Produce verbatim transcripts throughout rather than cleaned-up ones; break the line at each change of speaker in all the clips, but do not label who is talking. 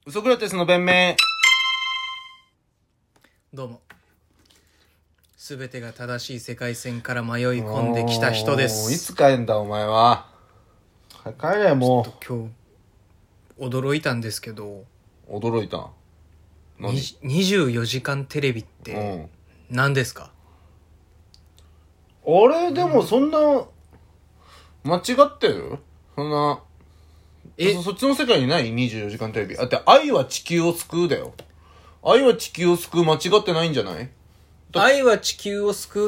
ウソクラテスの弁明。
どうも。すべてが正しい世界線から迷い込んできた人です。
いつ帰んだお前は。帰れもう。
ちょっと今日驚いたんですけど。
驚いた。何？
にじゅうよじかんテレビって何ですか？
うん、あれでもそんな間違ってる？そんなえ そ, そっちの世界にない？にじゅうよじかんテレビ。だって愛は地球を救うだよ。愛は地球を救う間違ってないんじゃない？
愛は地球を救うって、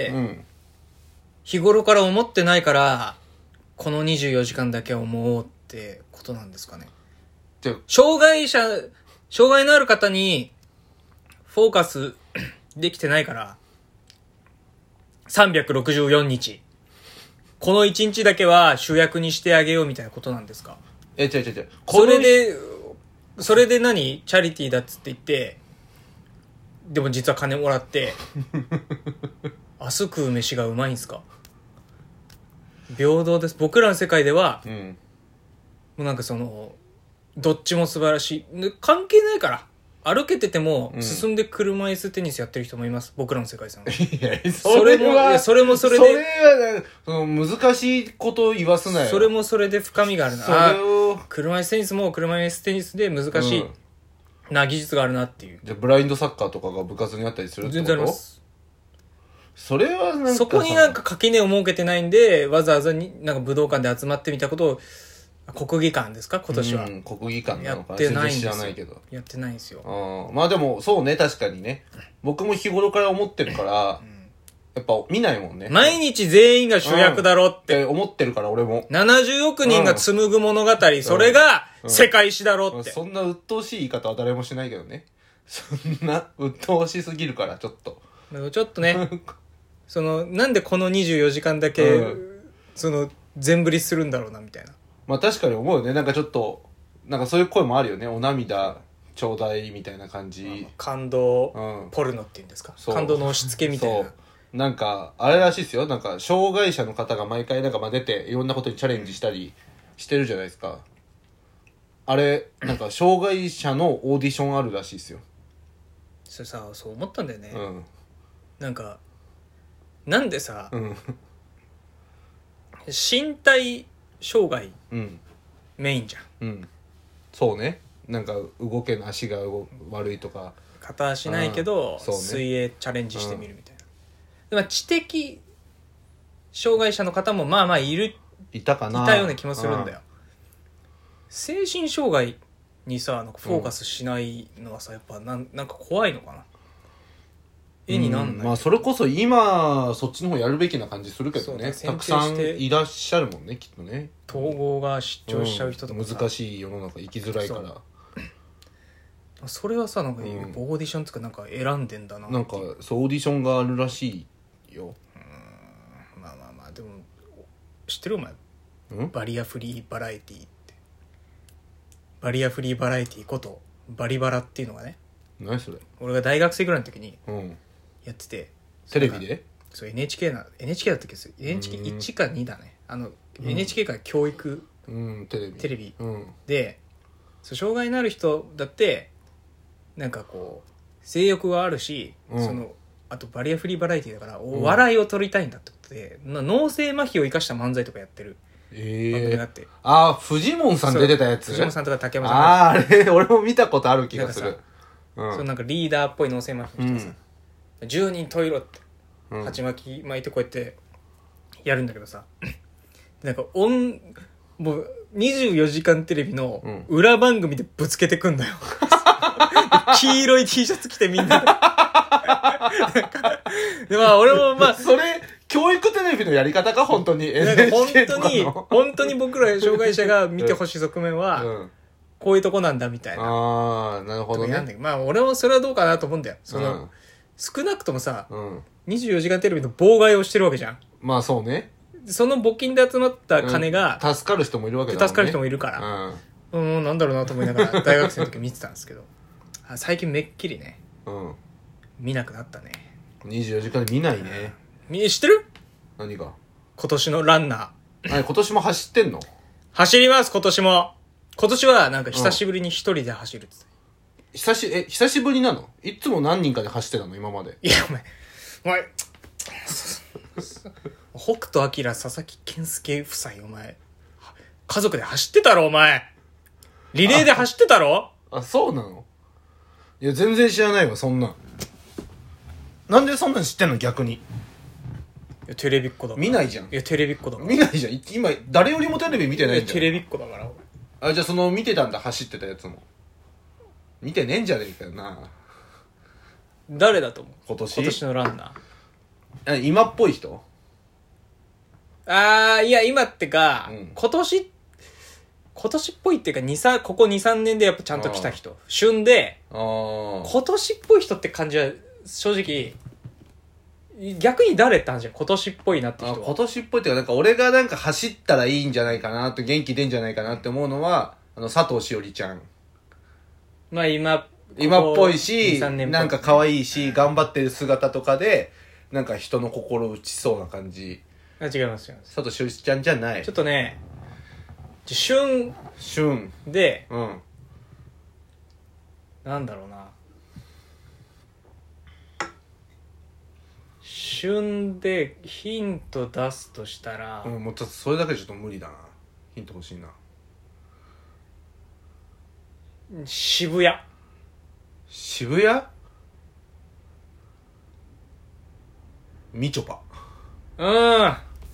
うん、
日頃から思ってないからこのにじゅうよじかんだけ思おうってことなんですかね。障害者障害のある方にフォーカスできてないからさんびゃくろくじゅうよっかこのいちにちだけは主役にしてあげようみたいなことなんですか？
え、違う違う違う。
それでそれで何チャリティーだっつって言ってでも実は金もらって明日食う飯がうまいんすか？平等です。僕らの世界では、うん、もうなんかそのどっちも素晴らしい関係ないから歩けてても進んで車椅子テニスやってる人もいます、うん、僕らの世界さんは。い
やそれもいや
それもそれで
それは、ね、その難しいことを言わすなよ。
それもそれで深みがあるな。
それを
車椅子テニスも車椅子テニスで難しいな技術があるなっていう。
じゃあブラインドサッカーとかが部活にあったりするってこと？
全然あります。
それはなんか
そこになんか垣根を設けてないんでわざわざになんか武道館で集まってみたことを国技館ですか今年は、
うん、国技館なのか
やってないんですよ。
全然知らないけど
やってないんですよ。
あまあでもそうね確かにね僕も日頃から思ってるから、うん、やっぱ見ないもんね。
毎日全員が主役だろって、
うん、思ってるから俺も
ななじゅうおく人が紡ぐ物語、うん、それが世界史だろって、
うんうん、そんな鬱陶しい言い方は誰もしないけどね。そんな鬱陶しすぎるからちょっと
ちょっとねそのなんでこのにじゅうよじかんだけ、うん、その全振りするんだろうなみたいな。
まあ確かに思うよね。なんかちょっとなんかそういう声もあるよね。お涙ちょうだいみたいな感じ。
感動、うん、ポルノっていうんですか。感動の押し付けみたいな。
そうなんかあれらしいですよ。なんか障害者の方が毎回なんかまあ出ていろんなことにチャレンジしたりしてるじゃないですか。あれなんか障害者のオーディションあるらしいですよ。
それさそう思ったんだよね、
うん、
なんかなんでさ、
うん、
身体障害、うん、メインじゃん、
うん、そうね。なんか動けない足が悪いとか
片足ないけど、ね、水泳チャレンジしてみるみたいな、うん、でも知的障害者の方もまあまあいる
いたかない
たような気もするんだよ、うん、精神障害にさなんかフォーカスしないのはさ、うん、やっぱなん、なんか怖いのかな。絵になんない、
うん、まあそれこそ今そっちの方やるべきな感じするけど ね, ねたくさんいらっしゃるもんねきっとね。
統合が出張しちゃう人とか、
うん、難しい世の中生きづらいから
そ, それはさなんか、うん、オーディションとかなんか選んでんだな。
なんかそうオーディションがあるらしいよ。
うんまあまあまあでも知ってるお前、うん、バリアフリーバラエティってバリアフリーバラエティことバリバラっていうのがね。
何それ。
俺が大学生ぐらいの時に、
うん
やってて
テレビで
そう エヌエイチケー な エヌエイチケー だったっけ。 エヌエイチケーいちかにだね。あの、うん、エヌエイチケー から教育、
うん、テレビ
テレビ、
うん、
でそう障害のある人だってなんかこう性欲があるし、うん、そのあとバリアフリーバラエティだからお笑いを取りたいんだってことで、うん、脳性麻痺を生かした漫才とかやってる番組があって、えー、
ああフジモンさん出てたやつ。
フジモンさんとか竹山さん。
あああれ俺も見たことある気がする。
うん、そうなんかリーダーっぽい脳性麻痺の人さ、うん、じゅうにんトイロって鉢巻き巻いてこうやってやるんだけどさ、うん、なんかオンもうにじゅうよじかんテレビの裏番組でぶつけてくんだよ、うん、黄色い T シャツ着てみんなででまあ俺もまあ
それ教育テレビのやり方か本当に。
なんか本当に本当に僕ら障害者が見てほしい側面は、うんこういうとこなんだみたいな。
ああ、なるほどね。
まあ俺もそれはどうかなと思うんだよ。その、うん、少なくともさ、うん、にじゅうよじかんテレビの妨害をしてるわけじゃん。
まあそうね。そ
の募金で集まった金が、
うん、助かる人もいるわけだもんね。
助かる人もいるから。うん、うん、なんだろうなと思いながら大学生の時見てたんですけど、最近めっきりね、うん、見なくなったね。
にじゅうよじかん見ないね。
み知ってる？
何が？
今年のランナー。
あれ今年も走ってんの？
走ります今年も。 今年はなんか久しぶりに一人で走るって言って
た。久し、え、久しぶりなの？いつも何人かで走ってたの今まで。
いや、お前、お前、北斗晶、佐々木健介夫妻、お前、家族で走ってたろ、お前。リレーで走ってたろ？
あ、そうなの？いや、全然知らないわ、そんなん。なんでそんなん知ってんの逆に。
いやテレビっ子だから。
見ないじゃん。
いや、テレビっ子だから。
見ないじゃん。今、誰よりもテレビ見てないんじゃん。
テレビっ子だから。
あ、じゃあその見てたんだ、走ってたやつも。見てねえんじゃねえかよな。
誰だと思う？
今年
今年のランナー。
あ、今っぽい人？
あー、いや、今ってか、
うん
今年、今年っぽいっていうか、に、さん、ここに、さんねんでやっぱちゃんと来た人。旬で、
あー。
今年っぽい人って感じは、正直、逆に誰って話じゃん。今年っぽいなって人は。
あ、今年っぽいっていうか、なんか俺がなんか走ったらいいんじゃないかなって、元気出んじゃないかなって思うのは、あの、佐藤しおりちゃん。
まあ今、
今っぽいし、
にさんねんっぽい
なんか可愛いし、頑張ってる姿とかで、なんか人の心打ちそうな感じ。
あ、違います、違います。
佐藤しおりちゃんじゃない。
ちょっとね、ちょ旬
旬。
で、
うん。
なんだろうな。旬でヒント出すとしたら、
うん、もうちょっとそれだけでちょっと無理だな。ヒント欲しいな。
渋谷。
渋谷？みちょぱ。
うん。うんうんうん。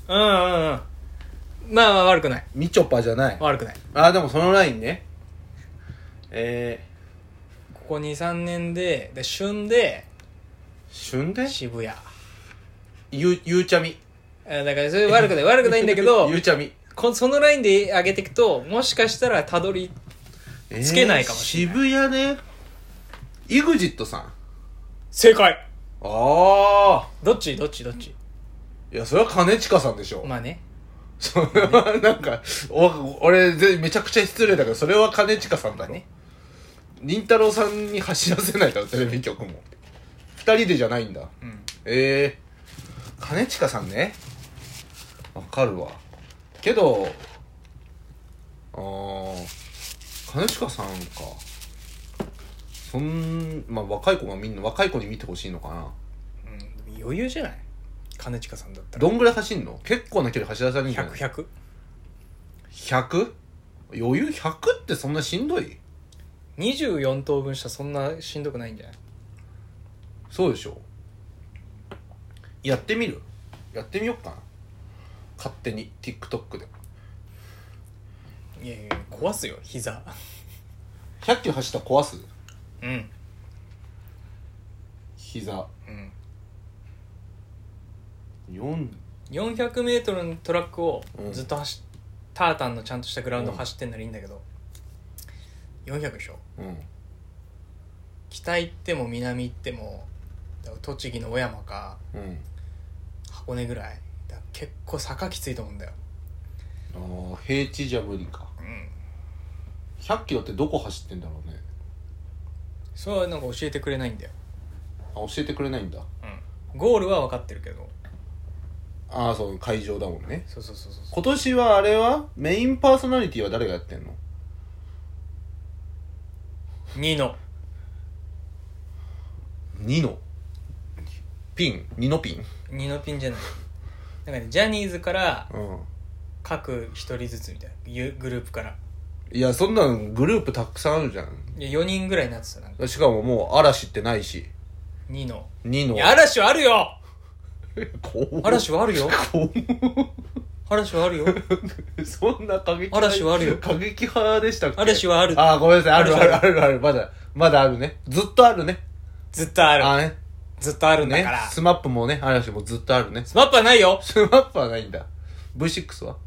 まあまあ悪くない。
みちょぱじゃない。
悪くない。
あ、でもそのラインね。え
ここに、さんねんで、で、旬で、
ー、旬で
渋谷。
ゆ、ゆうちゃみ。
あだからそれ悪くない。悪くないんだけど
ゆ、うちゃみ。
こそのラインで上げていくと、もしかしたらたどりつけないかもしれない。
えー、渋谷ね。イグジットさん。
正解。
ああ。
どっちどっちどっち
いや、それは兼近さんでしょ。
まあね。
それはなんか、お俺ぜめちゃくちゃ失礼だけど、それは兼近さんだろ。
ね。
凛太郎さんに走らせないだろ、テレビ局も。二人でじゃないんだ。
うん。
ええー。兼近さんね。わかるわ。けど、あー、兼近さんか。そん、まあ若い子がみんな、若い子に見てほしいのかな。
うん、余裕じゃない兼近さんだったら。
どんぐらい走んの？結構な距離走らされるんじゃない？
ひゃく、
ひゃく？ 余裕 ひゃく ってそんなしんどい？
にじゅうよん等分したらそんなしんどくないんじゃない？
そうでしょ。やってみる？やってみよっかな。勝手に TikTok で。
いやいや、壊すよ、膝。
ひゃっキロ走ったら壊す？
うん。
膝。
うん。
よん、
よんひゃくメートルのトラックを
うん
ずっと走っ、タータンのちゃんとしたグラウンド走ってんならいいんだけど、よんひゃくでしょ。
うん。
北行っても南行っても、だから栃木の小山か
うん。
箱根ぐらい。だから結構坂きついと思うんだよ。
ああ、平地じゃ無理か。
うん。
ひゃっキロってどこ走ってんだろうね。
それはなんか教えてくれないんだよ。
あ、教えてくれないんだ。
うん。ゴールは分かってるけど。
ああ、そう、会場だもんね。
そうそうそうそう。
今年はあれはメインパーソナリティは誰がやってんの？
ニノ。
ニノ。ピン？ニノピン？
ニノピンじゃない。なんかね、ジャニーズから
うん。
各一人ずつみたいな。ゆグループから。
いや、そんなのグループたくさんあるじゃん。
いやよにんぐらいになってた。なんか
しかももう嵐ってないし。
ニノ。
ニノ。
いや、嵐はあるよ
こう
嵐はあるよ
こ
嵐はあるよ
うそんな過激派
嵐はあるよ
過激派でしたっけ？
嵐はある。
あー、ごめんなさい。あるある
嵐は
あるある。まだ、まだあるね。ずっとあるね。
ずっとある。
あーね。
ずっとあるんだ
ね
から。。
スマップもね、嵐もずっとあるね。
スマップはないよ。
スマップはないんだ。ブイシックス は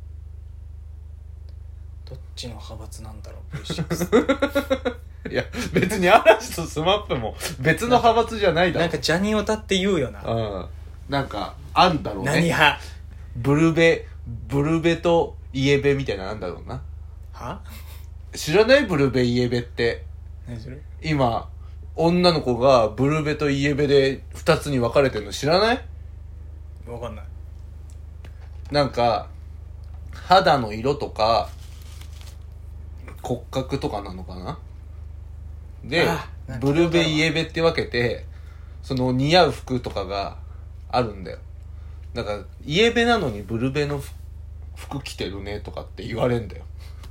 どっちの派閥なんだろう ブイシックス
いや、別に嵐とスマップも別の派閥じゃないだろ。
なんかジャニオタって言うよな。
うん。なんか、あんだろうね。
何派
ブルベ、ブルベとイエベみたいななんだろうな。
は
知らない？ブルベイエベって。
何それ？
今、女の子がブルベとイエベで二つに分かれてるの知らない？
わかんない。
なんか、肌の色とか、 骨格とかなのかな。で
あ
ブルベイエベって分けてその似合う服とかがあるんだよ。だからイエベなのにブルベの服着てるねとかって言われんだよ。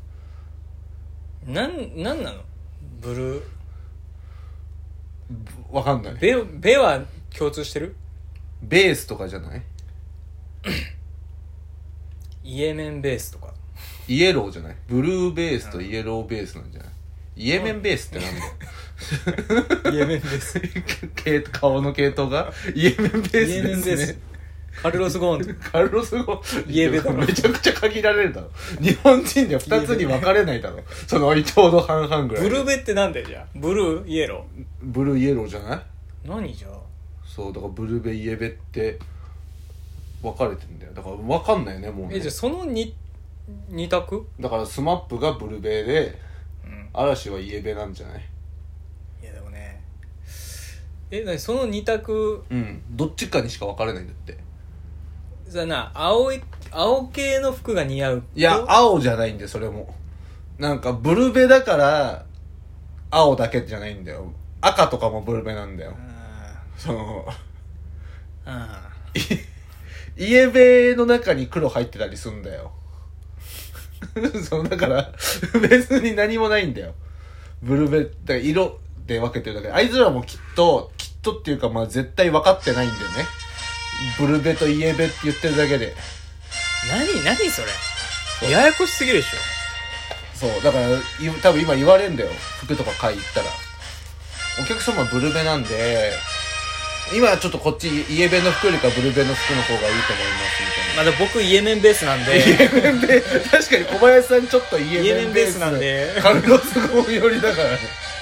なん、なんなのブルー
わかんない。
ベ、ベは共通してる？
ベースとかじゃない？
イエメンベースとか
イエローじゃない？ブルーベースとイエローベースなんじゃない？イエメンベースってなんだよ。
イエメンベース
系顔の系統がイエメンベースですね。イエメンベース。
カルロス・ゴーン
カルロス・ゴーン
イエベだろ。
めちゃくちゃ限られるだろ。日本人ではふたつに分かれないだろ。そのちょうど半々ぐらい。
ブルベってなんだよじゃあ。ブルーイエロー
ブルーイエローじゃない？
何じゃあ。
そうだからブルベイエベって分かれてんだよ。だから分かんないねもうね。
えじゃあその 2, 二択？
だからスマップがブルベで、
うん、
嵐はイエベなんじゃない？
いやでもねえ何その二択。
うんどっちかにしか分かれないんだって。
さな青い青系の服が似合う。
いや青じゃないんだよそれも。なんかブルベだから青だけじゃないんだよ。赤とかもブルベなんだよ。そのイエベの中に黒入ってたりすんだよ。そうだから別に何もないんだよ。ブルベって色で分けてるだけで、あいつらもきっときっとっていうかまあ絶対分かってないんだよね。ブルベとイエベって言ってるだけで。
何何それややこしすぎるでし
ょ。そうだから多分今言われんだよ。服とか買い行ったらお客様ブルベなんで今はちょっとこっちイエベの服よりかブルベの服の方がいいと思いますみたいな。
まだ僕イエメンベースなんで。
イエメンベース確かに小林さんちょっとイエメンベース
イエメンベースなんで
カルロス・ゴーン寄りだからね。